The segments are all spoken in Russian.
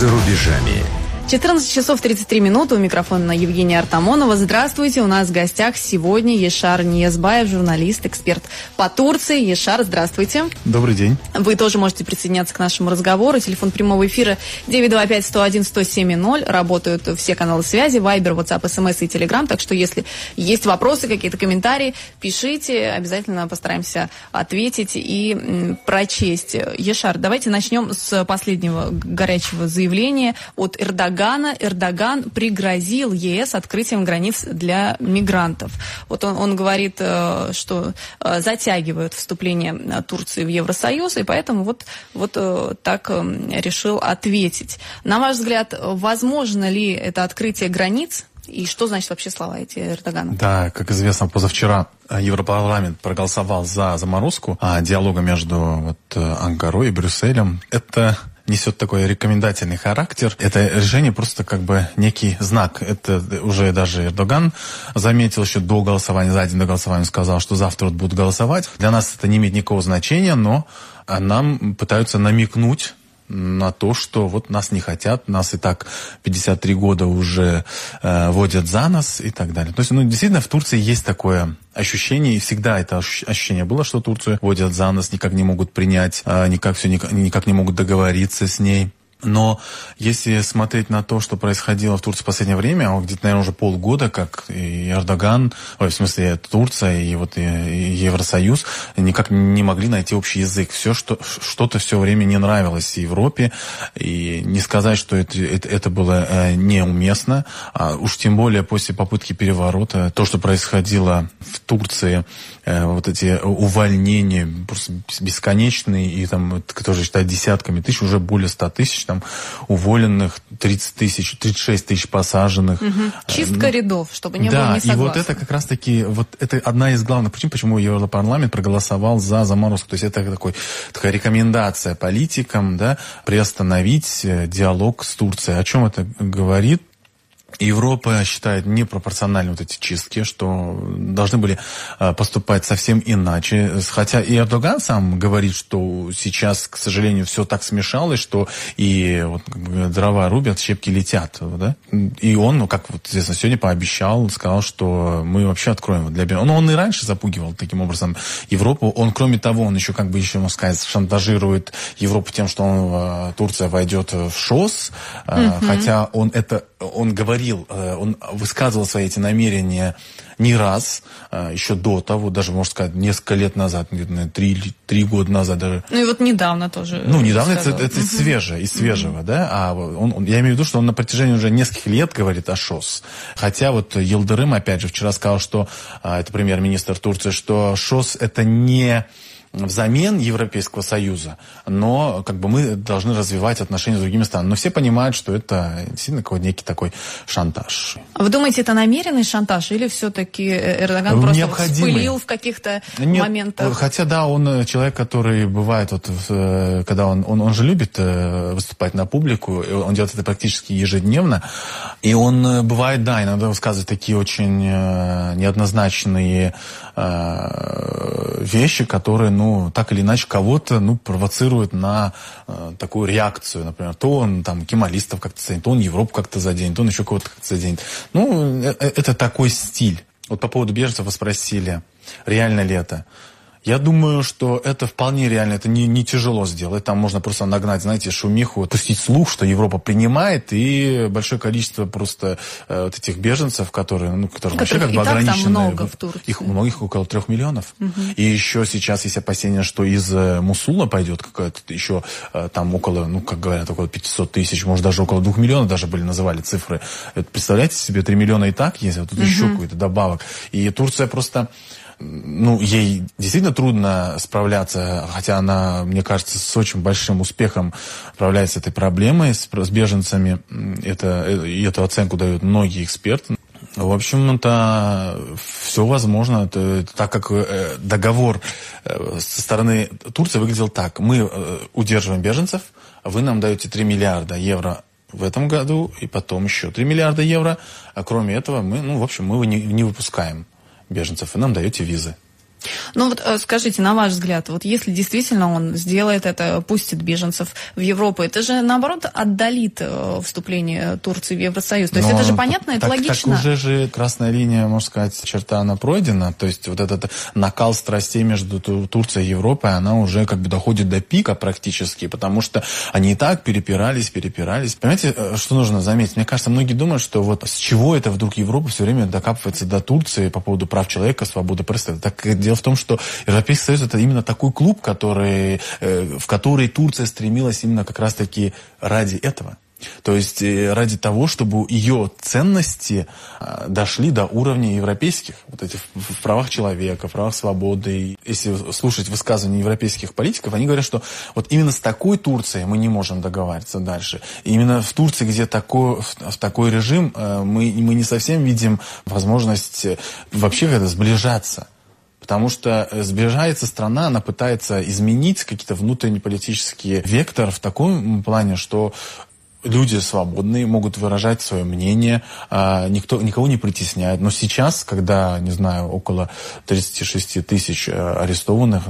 за рубежами. 14 часов 33 минуты. У микрофона Евгения Артамонова. Здравствуйте. У нас в гостях сегодня Ешар Ниязбаев, журналист, эксперт по Турции. Ешар, здравствуйте. Добрый день. Вы тоже можете присоединяться к нашему разговору. Телефон прямого эфира 925-101-107-0. Работают все каналы связи. Вайбер, WhatsApp, СМС и Telegram. Так что, если есть вопросы, какие-то комментарии, пишите. Обязательно постараемся ответить и прочесть. Ешар, давайте начнем с последнего горячего заявления от Эрдогана. Эрдоган пригрозил ЕС открытием границ для мигрантов. Вот он говорит, что затягивают вступление Турции в Евросоюз, и поэтому вот так решил ответить. На ваш взгляд, возможно ли это открытие границ? И что значит вообще слова эти Эрдогана? Да, как известно, позавчера Европарламент проголосовал за заморозку диалога между Анкарой и Брюсселем. Это несет такой рекомендательный характер. Это решение просто как бы некий знак. Это уже даже Эрдоган заметил еще до голосования, за день до голосования сказал, что завтра вот будут голосовать. Для нас это не имеет никакого значения, но нам пытаются намекнуть на то, что вот нас не хотят, нас и так 53 года уже водят за нос и так далее. То есть, действительно, в Турции есть такое ощущение, и всегда это ощущение было, что Турцию водят за нос, никак не могут принять, никак не могут договориться с ней. Но если смотреть на то, что происходило в Турции в последнее время, где-то, наверное, уже полгода, как и Эрдоган, в смысле Турция и и Евросоюз, никак не могли найти общий язык. Что-то все время не нравилось Европе, и не сказать, что это было неуместно, а уж тем более после попытки переворота, то, что происходило в Турции, вот эти увольнения просто бесконечные, и там, которые считают десятками тысяч, уже более 100 тысяч, там, уволенных, 30 тысяч, 36 тысяч посаженных. Чистка рядов, чтобы не было несогласных. Да, и вот это как раз-таки, это одна из главных причин, почему Европарламент проголосовал за заморозку. То есть это такая рекомендация политикам, да, приостановить диалог с Турцией. О чем это говорит? Европа считает непропорциональны вот эти чистки, что должны были поступать совсем иначе. Хотя и Эрдоган сам говорит, что сейчас, к сожалению, все так смешалось, что и дрова рубят, щепки летят. Да? И он, как известно, сегодня пообещал, сказал, что мы вообще откроем для беженцев. Он и раньше запугивал таким образом Европу. Он, кроме того, он еще, можно сказать, шантажирует Европу тем, что Турция войдет в ШОС, хотя он говорил, он высказывал свои эти намерения не раз, еще до того, даже, можно сказать, несколько лет назад, где-то 3 года назад даже. Ну и вот недавно тоже. Недавно это свежее, из свежего, да, а я имею в виду, что он на протяжении уже нескольких лет говорит о ШОС. Хотя Йылдырым, опять же, вчера сказал, что, это премьер-министр Турции, что ШОС это не взамен Европейского Союза, но мы должны развивать отношения с другими странами. Но все понимают, что это действительно некий такой шантаж. А вы думаете, это намеренный шантаж или все-таки Эрдоган просто вспылил в каких-то моментах? Хотя да, он человек, который бывает, когда он же любит выступать на публику, он делает это практически ежедневно, и он бывает, да, иногда высказывает такие очень неоднозначные вещи, которые, так или иначе кого-то, провоцируют на такую реакцию. Например, то он кемалистов как-то заденет, то он Европу как-то заденет, то он еще кого-то как-то заденет. Это такой стиль. Вот по поводу беженцев вы спросили, реально ли это? Я думаю, что это вполне реально, это не тяжело сделать. Там можно просто нагнать, шумиху, пустить слух, что Европа принимает, и большое количество просто вот этих беженцев, которые вообще ограничены. Там много в Турции. Их многих около 3 миллионов. И еще сейчас есть опасения, что из Мусула пойдет какая-то еще там около, как говорят, около 500 тысяч, может даже около 2 миллионов даже называли цифры. Представляете себе, 3 миллиона и так есть, а тут еще какой-то добавок. И Турция просто... ей действительно трудно справляться, хотя она, мне кажется, с очень большим успехом справляется с этой проблемой, с беженцами. Эту оценку дают многие эксперты. В общем, это все возможно, так как договор со стороны Турции выглядел так. Мы удерживаем беженцев, вы нам даете 3 миллиарда евро в этом году, и потом еще 3 миллиарда евро. А кроме этого, мы его не выпускаем беженцев, и нам даете визы. Ну вот скажите, на ваш взгляд, вот если действительно он сделает это, пустит беженцев в Европу, это же, наоборот, отдалит вступление Турции в Евросоюз. То есть это же понятно, это логично. Так уже же красная линия, можно сказать, черта, она пройдена. То есть вот этот накал страстей между Турцией и Европой, она уже как бы доходит до пика практически, потому что они и так перепирались. Понимаете, что нужно заметить? Мне кажется, многие думают, что вот с чего это вдруг Европа все время докапывается до Турции по поводу прав человека, свободы прессы. Так дело в том, что Европейский Союз — это именно такой клуб, в который Турция стремилась именно как раз-таки ради этого. То есть ради того, чтобы ее ценности дошли до уровня европейских. Вот эти в правах человека, в правах свободы. Если слушать высказывания европейских политиков, они говорят, что вот именно с такой Турцией мы не можем договариваться дальше. И именно в Турции, где в такой режим, мы не совсем видим возможность вообще как-то сближаться. Потому что сближается страна, она пытается изменить какие-то внутреннеполитические векторы в таком плане, что люди свободные, могут выражать свое мнение, никого не притесняет. Но сейчас, когда, не знаю, около 36 тысяч арестованных,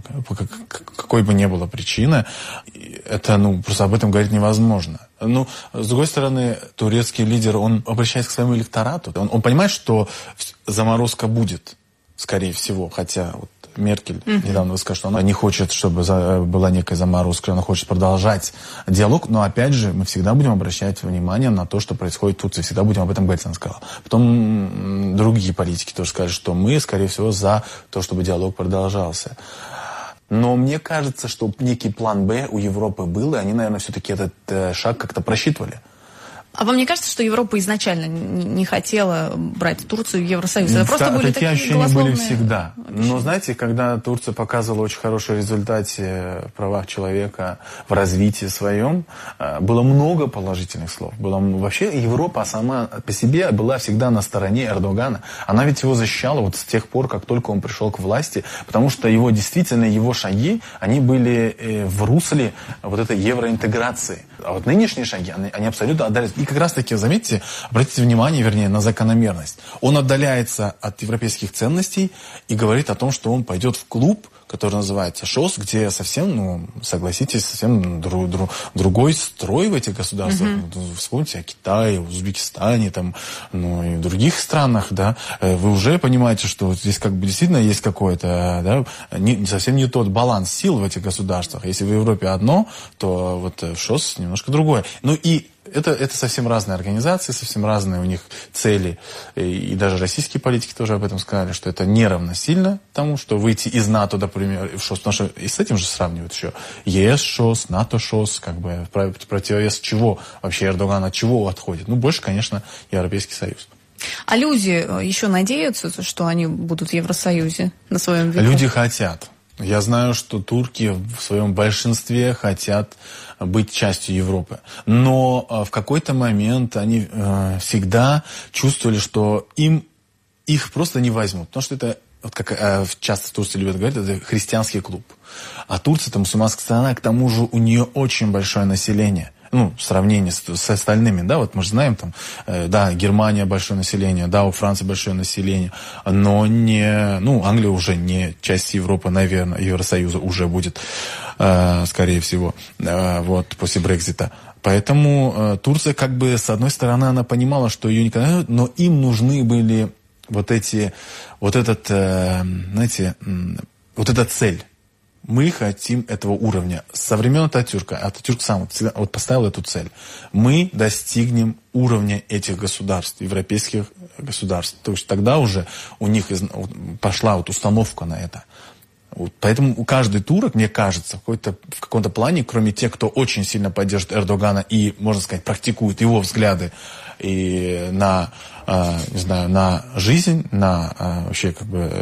какой бы ни было причины, это, просто об этом говорить невозможно. С другой стороны, турецкий лидер, он обращается к своему электорату. Он понимает, что заморозка будет, скорее всего, хотя вот Меркель недавно высказала, что она не хочет, чтобы была некая заморозка, она хочет продолжать диалог, но опять же мы всегда будем обращать внимание на то, что происходит в Турции, всегда будем об этом говорить, она сказала. Потом другие политики тоже сказали, что мы, скорее всего, за то, чтобы диалог продолжался. Но мне кажется, что некий план «Б» у Европы был, и они, наверное, все-таки этот шаг как-то просчитывали. А вам не кажется, что Европа изначально не хотела брать Турцию в Евросоюз? Это просто были такие ощущения были всегда. Но знаете, когда Турция показывала очень хороший результат в правах человека, в развитии своем, было много положительных слов. Вообще Европа сама по себе была всегда на стороне Эрдогана. Она ведь его защищала вот с тех пор, как только он пришел к власти, потому что его шаги, они были в русле вот этой евроинтеграции. А вот нынешние шаги, они абсолютно отдались. И как раз-таки, заметьте, обратите внимание, на закономерность. Он отдаляется от европейских ценностей и говорит о том, что он пойдет в клуб, который называется ШОС, где совсем, согласитесь, совсем другой строй в этих государствах. Вспомните о Китае, Узбекистане, и в других странах, да. Вы уже понимаете, что вот здесь как бы действительно есть какой-то, совсем не тот баланс сил в этих государствах. Если в Европе одно, то вот в ШОС немножко другое. И это совсем разные организации, совсем разные у них цели. И даже российские политики тоже об этом сказали, что это не равносильно тому, что выйти из НАТО, например, в ШОС. Потому что и с этим же сравнивают еще ЕС ШОС, НАТО ШОС, как бы противовес чего вообще Эрдоган от чего отходит. Больше, конечно, Европейский Союз. А люди еще надеются, что они будут в Евросоюзе на своем веку? Люди хотят. Я знаю, что турки в своем большинстве хотят быть частью Европы. Но в какой-то момент они всегда чувствовали, что их просто не возьмут. Потому что это, вот как часто в Турции любят говорить, это христианский клуб. А Турция — это мусульманская страна, к тому же у нее очень большое население. В сравнении с остальными, да, вот мы же знаем, Германия большое население, у Франции большое население, но Англия уже не часть Европы, наверное, Евросоюза уже будет, скорее всего, после Брексита. Поэтому Турция, как бы, с одной стороны, она понимала, что ее никогда, но им нужны были вот эта цель. Мы хотим этого уровня. Со времен Ататюрка, Ататюрк сам поставил эту цель. Мы достигнем уровня этих государств, европейских государств. То есть тогда уже у них пошла установка на это. Поэтому каждый турок, мне кажется, в каком-то плане, кроме тех, кто очень сильно поддерживает Эрдогана и, можно сказать, практикует его взгляды и на жизнь, на вообще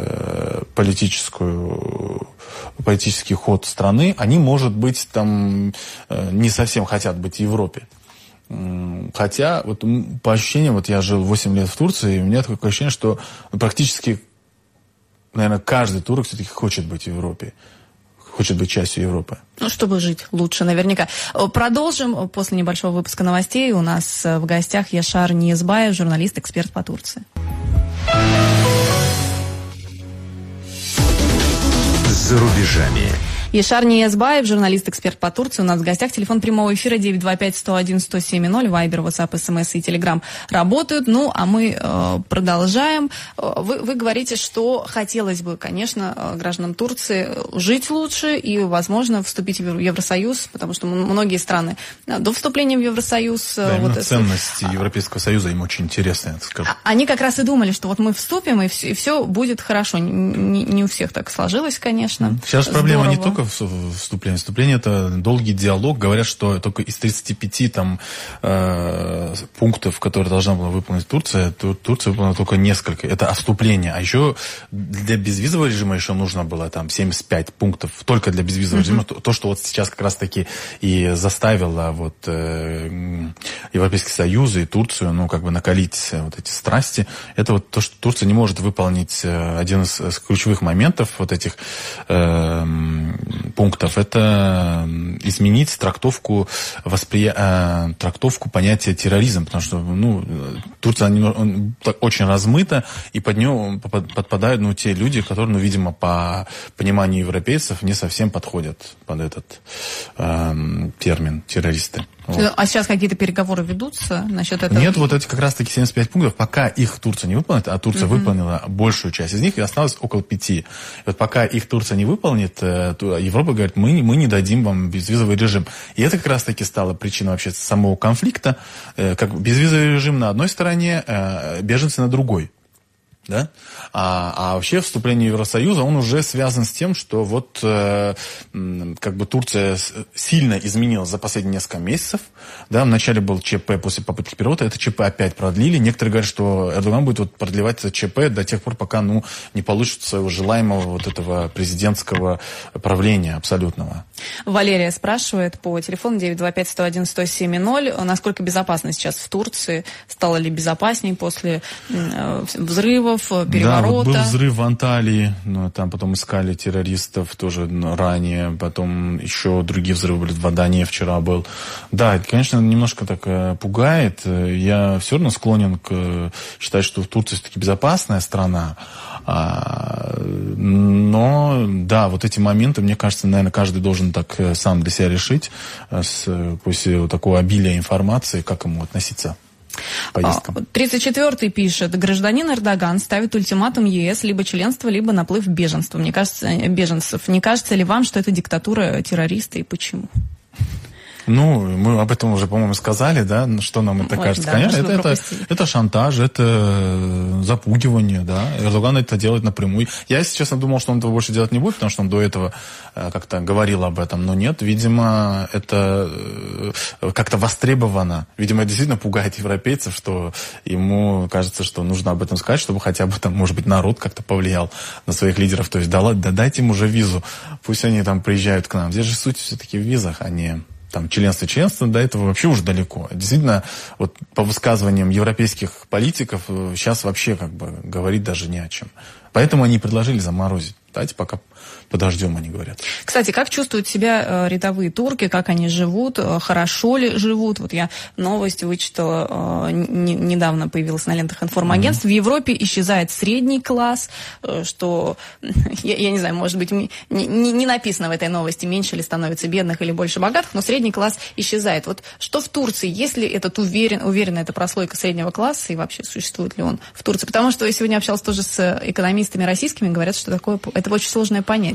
политический ход страны, они, может быть, не совсем хотят быть в Европе. Хотя, по ощущениям, я жил 8 лет в Турции, и у меня такое ощущение, что практически, наверное, каждый турок все-таки хочет быть в Европе. Хочет быть частью Европы. Чтобы жить лучше, наверняка. Продолжим после небольшого выпуска новостей. У нас в гостях Яшар Ниязбаев, журналист, эксперт по Турции. за рубежами. Яшар Ниязбаев, журналист-эксперт по Турции. У нас в гостях. Телефон прямого эфира 925-101-107-0. Вайбер, WhatsApp, СМС и Телеграм работают. Ну, а мы продолжаем. Вы говорите, что хотелось бы, конечно, гражданам Турции жить лучше и, возможно, вступить в Евросоюз, потому что многие страны до вступления в Евросоюз... Да, вот ценности Европейского Союза им очень интересны, я так скажу. Они как раз и думали, что вот мы вступим, и все будет хорошо. Не у всех так сложилось, конечно. Сейчас проблема не только вступление. Вступление — это долгий диалог. Говорят, что только из 35 пунктов, которые должна была выполнить Турция, Турция выполнила только несколько. Это о вступлении. А еще для безвизового режима еще нужно было 75 пунктов только для безвизового режима. То, что вот сейчас как раз-таки и заставило Европейский Союз и Турцию, накалить вот эти страсти, это вот то, что Турция не может выполнить один из ключевых моментов вот этих пунктов, это изменить трактовку понятия терроризм, потому что Турция очень размыта, и под нее подпадают те люди, которые, видимо, по пониманию европейцев не совсем подходят под этот термин террористы. Вот. А сейчас какие-то переговоры ведутся насчет этого? Нет, вот эти как раз-таки 75 пунктов, пока их Турция не выполнит, а Турция выполнила большую часть из них, и осталось около 5. И вот пока их Турция не выполнит, Европа говорит, мы не дадим вам безвизовый режим. И это как раз-таки стало причиной вообще самого конфликта, как безвизовый режим на одной стороне, беженцы на другой. Да? А вообще вступление в Евросоюз, он уже связан с тем, что Турция сильно изменилась за последние несколько месяцев. Да? Вначале был ЧП после попытки переворота, это ЧП опять продлили. Некоторые говорят, что Эрдоган будет продлевать это ЧП до тех пор, пока не получит своего желаемого этого президентского правления абсолютного. Валерия спрашивает по телефону 925-101-107-0, насколько безопасно сейчас в Турции, стало ли безопаснее после взрывов, переворота. Да, был взрыв в Анталии, там потом искали террористов тоже ранее, потом еще другие взрывы были, в Адане вчера был. Да, это, конечно, немножко так пугает. Я все равно склонен считать, что в Турции все-таки безопасная страна. Но, да, вот эти моменты, мне кажется, наверное, каждый должен так сам для себя решить после такого обилия информации, как ему относиться. 34-й пишет: гражданин Эрдоган ставит ультиматум ЕС либо членство, либо наплыв беженцев. Не кажется ли вам, что это диктатура террориста, и почему? Мы об этом уже, по-моему, сказали, да, что нам это кажется. Да, конечно, это шантаж, это запугивание, да. Эрдоган это делает напрямую. Я, если честно, думал, что он этого больше делать не будет, потому что он до этого как-то говорил об этом. Но нет, видимо, это как-то востребовано. Видимо, это действительно пугает европейцев, что ему кажется, что нужно об этом сказать, чтобы хотя бы может быть, народ как-то повлиял на своих лидеров. То есть, да дайте им уже визу, пусть они приезжают к нам. Здесь же суть все-таки в визах, а не... членство до этого вообще уже далеко. Действительно, вот по высказываниям европейских политиков сейчас вообще говорить даже не о чем. Поэтому они предложили заморозить. Давайте пока подождем, они говорят. Кстати, как чувствуют себя рядовые турки, как они живут, хорошо ли живут? Вот я новость вычитала, недавно появилась на лентах информагентств. В Европе исчезает средний класс, что, я не знаю, может быть, не написано в этой новости, меньше ли становится бедных или больше богатых, но средний класс исчезает. Вот что в Турции? Есть ли уверенная эта прослойка среднего класса, и вообще существует ли он в Турции? Потому что я сегодня общалась тоже с экономистами российскими, говорят, что это очень сложное понятие.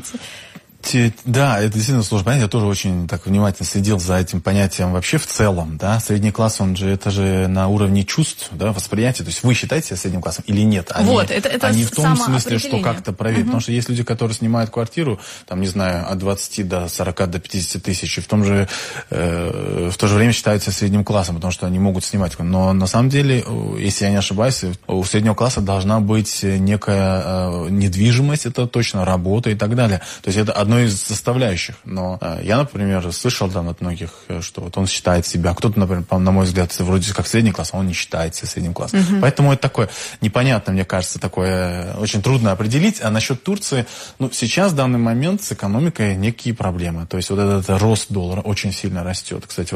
Да, это действительно сложно понять. Я тоже очень так внимательно следил за этим понятием вообще в целом. Да? Средний класс, это же на уровне чувств, да, восприятия. То есть вы считаете себя средним классом или нет? Это не в том смысле, что как-то проверить. Потому что есть люди, которые снимают квартиру, не знаю, от 20 до 40, до 50 тысяч, и в то же время считаются средним классом, потому что они могут снимать. Но на самом деле, если я не ошибаюсь, у среднего класса должна быть некая недвижимость, это точно работа и так далее. То есть это одно из составляющих. Но я, например, слышал от многих, что он считает себя, кто-то, например, на мой взгляд, вроде как средний класс, а он не считает себя средним классом. Поэтому это такое непонятно, мне кажется, такое очень трудно определить. А насчет Турции, сейчас в данный момент с экономикой некие проблемы. То есть вот этот рост доллара очень сильно растет. Кстати,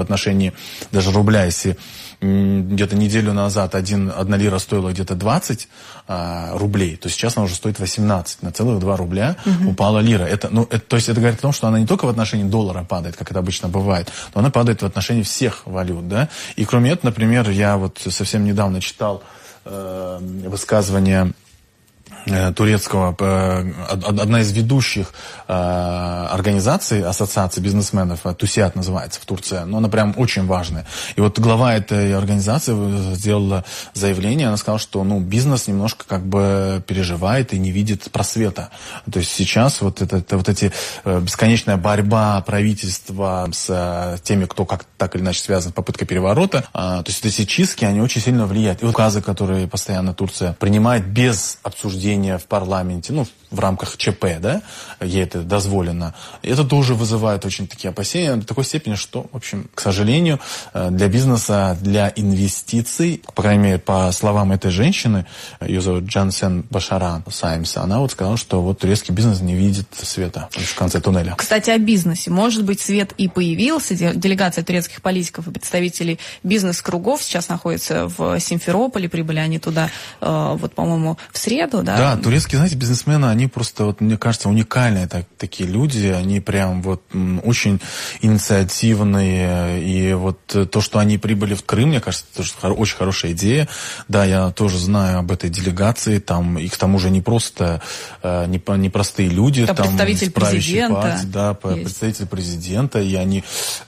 в отношении даже рубля, если где-то неделю назад одна лира стоила где-то 20 рублей, то сейчас она уже стоит 18. На целых 2 рубля упала лира. То есть это говорит о том, что она не только в отношении доллара падает, как это обычно бывает, но она падает в отношении всех валют. Да? И кроме этого, например, я вот совсем недавно читал высказывание турецкого, одна из ведущих организаций, ассоциаций бизнесменов, ТУСИАД называется в Турции, но она прям очень важная. И вот глава этой организации сделала заявление, она сказала, что бизнес немножко как бы переживает и не видит просвета. То есть сейчас вот эти бесконечная борьба правительства с теми, кто как так или иначе связан с попыткой переворота, то есть эти чистки, они очень сильно влияют. И указы, которые постоянно Турция принимает без обсуждения в парламенте, в рамках ЧП, да, ей это дозволено. Это тоже вызывает очень такие опасения до такой степени, что, в общем, к сожалению, для бизнеса, для инвестиций, по крайней мере, по словам этой женщины, ее зовут Джансен Башаран Саймс, она вот сказала, что вот турецкий бизнес не видит света в конце туннеля. Кстати, о бизнесе. Может быть, свет и появился. Делегация турецких политиков и представителей бизнес-кругов сейчас находится в Симферополе. Прибыли они туда, по-моему, в среду, да? Да, турецкие, знаете, бизнесмены, они просто, мне кажется, уникальные такие люди. Они прям очень инициативные. И то, что они прибыли в Крым, мне кажется, это тоже очень хорошая идея. Да, я тоже знаю об этой делегации. Там их к тому же не просто непростые люди. Там представитель президента. Партии, да, представитель президента. И они,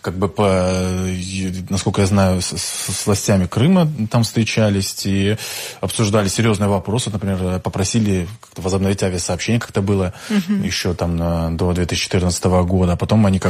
насколько я знаю, с властями Крыма там встречались и обсуждали серьезные вопросы. Например, попросили возобновить авиасообщение, как это было еще там до 2014 года. Потом они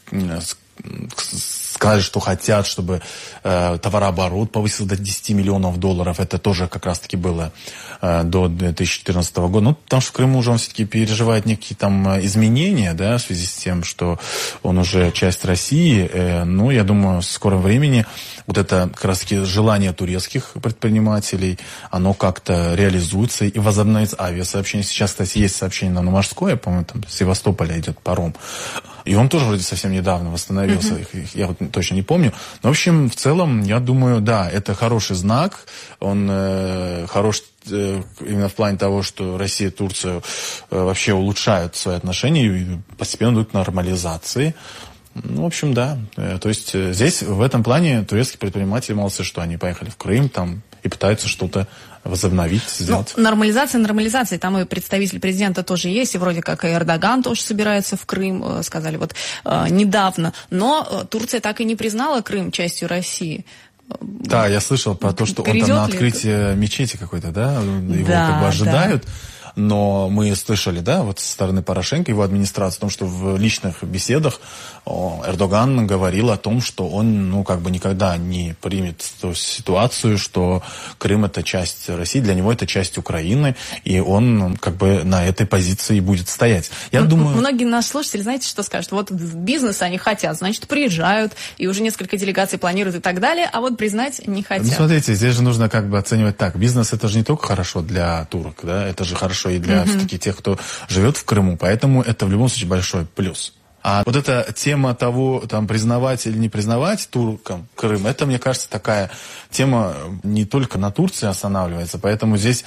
сказали, что хотят, чтобы товарооборот повысился до $10 миллионов. Это тоже как раз-таки было до 2014 года. Потому что в Крыму уже он все-таки переживает некие там изменения, да, в связи с тем, что он уже часть России. Я думаю, в скором времени вот это как раз-таки желание турецких предпринимателей, оно как-то реализуется и возобновится авиасообщение. Сейчас, кстати, есть сообщение на морское, по-моему, там с Севастополя идет паром. И он тоже вроде совсем недавно восстановился, я точно не помню. Но, в общем, в целом, я думаю, да, это хороший знак. Он хорош именно в плане того, что Россия и Турция вообще улучшают свои отношения и постепенно идут к нормализации. В общем, да. То есть здесь, в этом плане, турецкие предприниматели молодцы, что они поехали в Крым там и пытаются что-то возобновить, сделать. Нормализация. Там и представитель президента тоже есть, и вроде как и Эрдоган тоже собирается в Крым, сказали недавно. Но Турция так и не признала Крым частью России. Да, я слышал про то, что он там на открытие мечети какой-то, да? Его ожидают. Да. Но мы слышали, да, со стороны Порошенко, его администрации, о том, что в личных беседах Эрдоган говорил о том, что он, никогда не примет ту ситуацию, что Крым — это часть России, для него это часть Украины, и он на этой позиции будет стоять. Я думаю... Многие наши слушатели, знаете, что скажут? В бизнес они хотят, значит, приезжают, и уже несколько делегаций планируют и так далее, а признать не хотят. Смотрите, здесь же нужно оценивать так. Бизнес — это же не только хорошо для турок, да, это же хорошо и для все-таки тех, кто живет в Крыму. Поэтому это в любом случае большой плюс. А эта тема того, признавать или не признавать туркам Крым, это, мне кажется, такая тема не только на Турции останавливается. Поэтому здесь,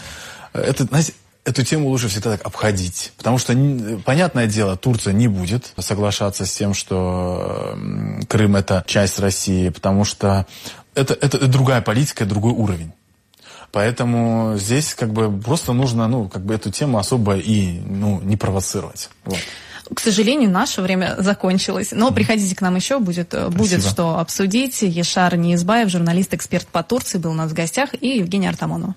эту тему лучше всегда так обходить. Потому что, понятное дело, Турция не будет соглашаться с тем, что Крым — это часть России, потому что это другая политика, другой уровень. Поэтому здесь просто нужно эту тему особо и не провоцировать. К сожалению, наше время закончилось. Но приходите к нам еще, будет что обсудить. Ешар Ниязбаев, журналист-эксперт по Турции, был у нас в гостях, и Евгения Артамонова.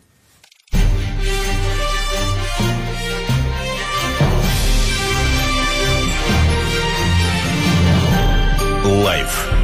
Лайф.